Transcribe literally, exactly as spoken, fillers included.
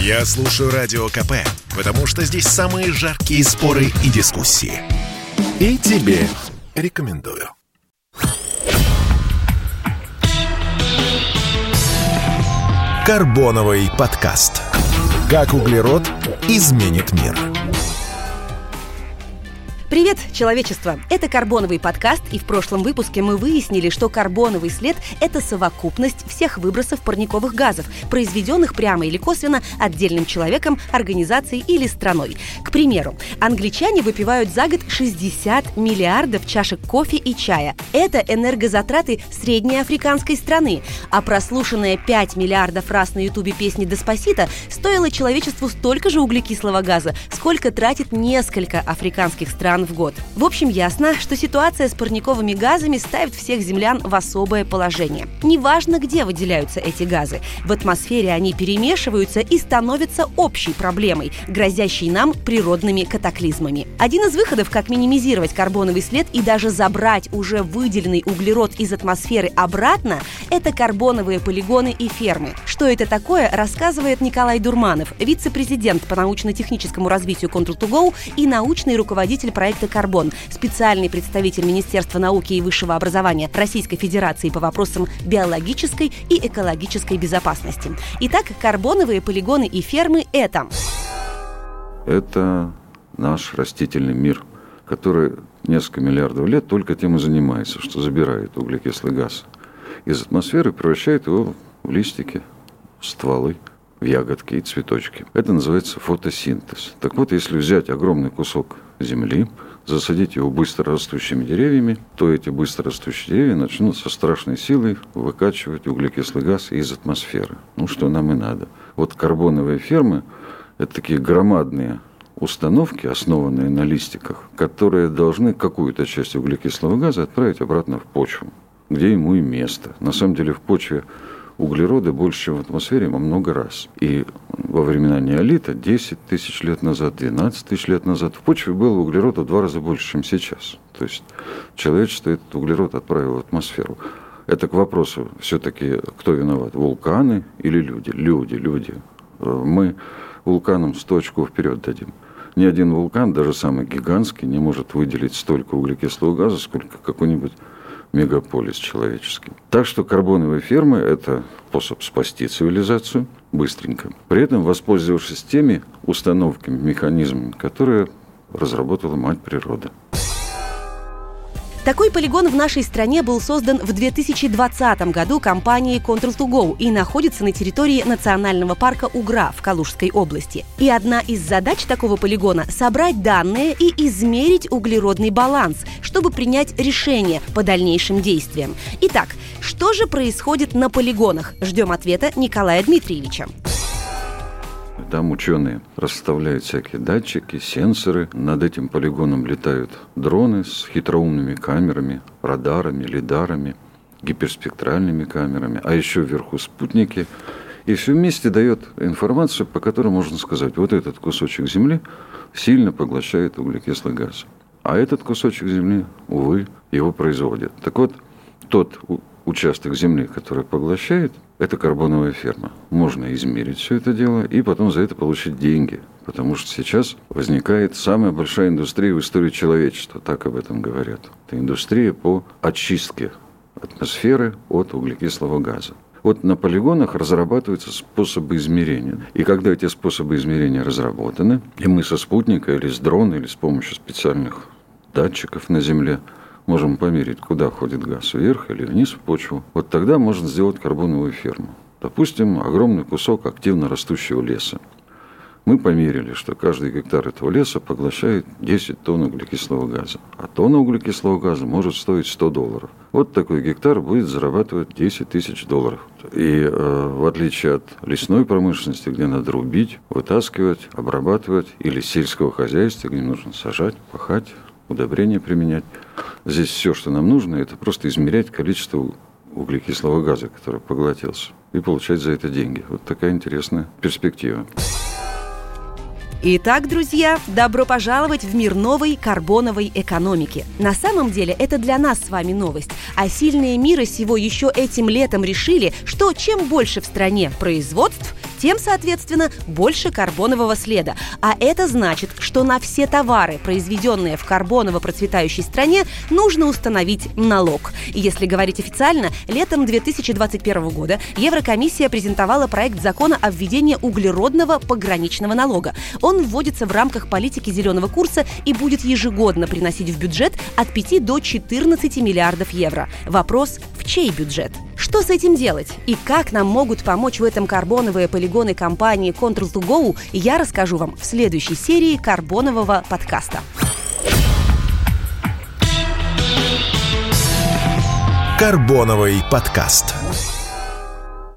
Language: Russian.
Я слушаю Радио КП, потому что здесь самые жаркие споры и дискуссии. И тебе рекомендую. Карбоновый подкаст. Как углерод изменит мир. Привет, человечество! Это карбоновый подкаст, и в прошлом выпуске мы выяснили, что карбоновый след – это совокупность всех выбросов парниковых газов, произведенных прямо или косвенно отдельным человеком, организацией или страной. К примеру, англичане выпивают за год шестьдесят миллиардов чашек кофе и чая. Это энергозатраты среднеафриканской страны, а прослушанная пять миллиардов раз на ютубе песни «Деспасито» стоила человечеству столько же углекислого газа, сколько тратит несколько африканских стран в год. В общем, ясно, что ситуация с парниковыми газами ставит всех землян в особое положение. Неважно, где выделяются эти газы. В атмосфере они перемешиваются и становятся общей проблемой, грозящей нам природными катаклизмами. Один из выходов, как минимизировать карбоновый след и даже забрать уже выделенный углерод из атмосферы обратно, это карбоновые полигоны и фермы. Что это такое, рассказывает Николай Дурманов, вице-президент по научно-техническому развитию контрол ту гоу и научный руководитель проекта «Карбон», специальный представитель Министерства науки и высшего образования Российской Федерации по вопросам биологической и экологической безопасности. Итак, карбоновые полигоны и фермы – это… Это наш растительный мир, который несколько миллиардов лет только тем и занимается, что забирает углекислый газ из атмосферы и превращает его в листики, в стволы, в ягодки и цветочки. Это называется фотосинтез. Так вот, если взять огромный кусок земли, засадить его быстрорастущими деревьями, то эти быстрорастущие деревья начнут со страшной силой выкачивать углекислый газ из атмосферы. Ну, что нам и надо. Вот карбоновые фермы – это такие громадные установки, основанные на листиках, которые должны какую-то часть углекислого газа отправить обратно в почву, где ему и место. На самом деле в почве углерода больше, чем в атмосфере, во много раз. И во времена неолита, десять тысяч лет назад, двенадцать тысяч лет назад, в почве было углерода в два раза больше, чем сейчас. То есть человечество этот углерод отправило в атмосферу. Это к вопросу все-таки, кто виноват, вулканы или люди? Люди, люди. Мы вулканам сто очков вперед дадим. Ни один вулкан, даже самый гигантский, не может выделить столько углекислого газа, сколько какой-нибудь мегаполис человеческий. Так что карбоновые фермы – это способ спасти цивилизацию быстренько, при этом воспользовавшись теми установками, механизмами, которые разработала мать природа. Такой полигон в нашей стране был создан в две тысячи двадцатом году компанией контрол ту гоу и находится на территории национального парка Угра в Калужской области. И одна из задач такого полигона – собрать данные и измерить углеродный баланс, чтобы принять решение по дальнейшим действиям. Итак, что же происходит на полигонах? Ждем ответа Николая Дмитриевича. Там ученые расставляют всякие датчики, сенсоры. Над этим полигоном летают дроны с хитроумными камерами, радарами, лидарами, гиперспектральными камерами. А еще вверху спутники. И все вместе дает информацию, по которой можно сказать, вот этот кусочек земли сильно поглощает углекислый газ. А этот кусочек земли, увы, его производит. Так вот, тот участок земли, который поглощает, это карбоновая ферма. Можно измерить все это дело и потом за это получить деньги. Потому что сейчас возникает самая большая индустрия в истории человечества, так об этом говорят. Это индустрия по очистке атмосферы от углекислого газа. Вот на полигонах разрабатываются способы измерения. И когда эти способы измерения разработаны, и мы со спутника или с дрона, или с помощью специальных датчиков на Земле можем померить, куда ходит газ, вверх или вниз в почву, вот тогда можно сделать карбоновую ферму. Допустим, огромный кусок активно растущего леса. Мы померили, что каждый гектар этого леса поглощает десять тонн углекислого газа. А тонна углекислого газа может стоить сто долларов. Вот такой гектар будет зарабатывать десять тысяч долларов. И э, в отличие от лесной промышленности, где надо рубить, вытаскивать, обрабатывать, или сельского хозяйства, где нужно сажать, пахать, удобрения применять, здесь все, что нам нужно, это просто измерять количество углекислого газа, который поглотился, и получать за это деньги. Вот такая интересная перспектива. Итак, друзья, добро пожаловать в мир новой карбоновой экономики. На самом деле это для нас с вами новость, а сильные мира сего еще этим летом решили, что чем больше в стране производств, тем, соответственно, больше карбонового следа. А это значит, что на все товары, произведенные в карбоново процветающей стране, нужно установить налог. И если говорить официально, летом две тысячи двадцать первого года Еврокомиссия презентовала проект закона о введении углеродного пограничного налога. Он вводится в рамках политики зеленого курса и будет ежегодно приносить в бюджет от пяти до четырнадцати миллиардов евро. Вопрос: в чей бюджет? Что с этим делать? И как нам могут помочь в этом карбоновые полигоны компании Control to Go, я расскажу вам в следующей серии карбонового подкаста. Карбоновый подкаст.